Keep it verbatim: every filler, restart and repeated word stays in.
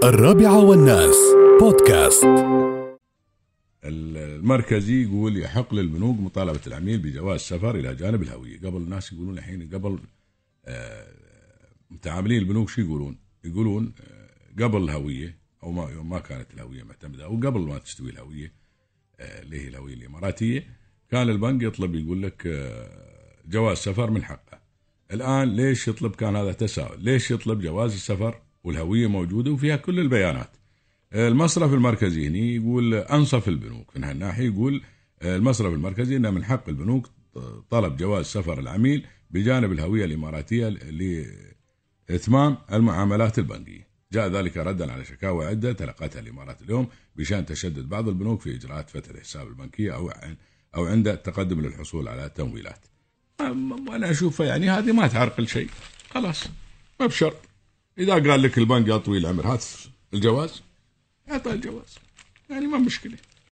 الرابعة والناس بودكاست. المركزي يقول يحق للبنوك مطالبة العميل بجواز سفر إلى جانب الهوية. قبل الناس يقولون الحين قبل آه متعاملين البنوك شو يقولون؟ يقولون آه قبل الهوية أو ما ما كانت الهوية معتمدة أو قبل ما تستوي الهوية آه اللي هي الهوية الإماراتية كان البنك يطلب يقول لك آه جواز سفر من حقه. الآن ليش يطلب؟ كان هذا تساؤل، ليش يطلب جواز السفر والهوية موجودة وفيها كل البيانات؟ المصرف المركزي هنا يقول أنصف البنوك من هالناحية، يقول المصرف المركزي أن من حق البنوك طلب جواز سفر العميل بجانب الهوية الإماراتية لإتمام المعاملات البنكية. جاء ذلك ردا على شكاوى عدة تلقتها الإمارات اليوم بشأن تشدد بعض البنوك في إجراءات فتح الحساب البنكية أو أو عند التقدم للحصول على تمويلات. وأنا أشوفها يعني هذه ما تعرقل شيء، خلاص ما بشرط. إذا قال لك البنك يا طويل العمر هات الجواز، أعطى الجواز، يعني ما مشكلة.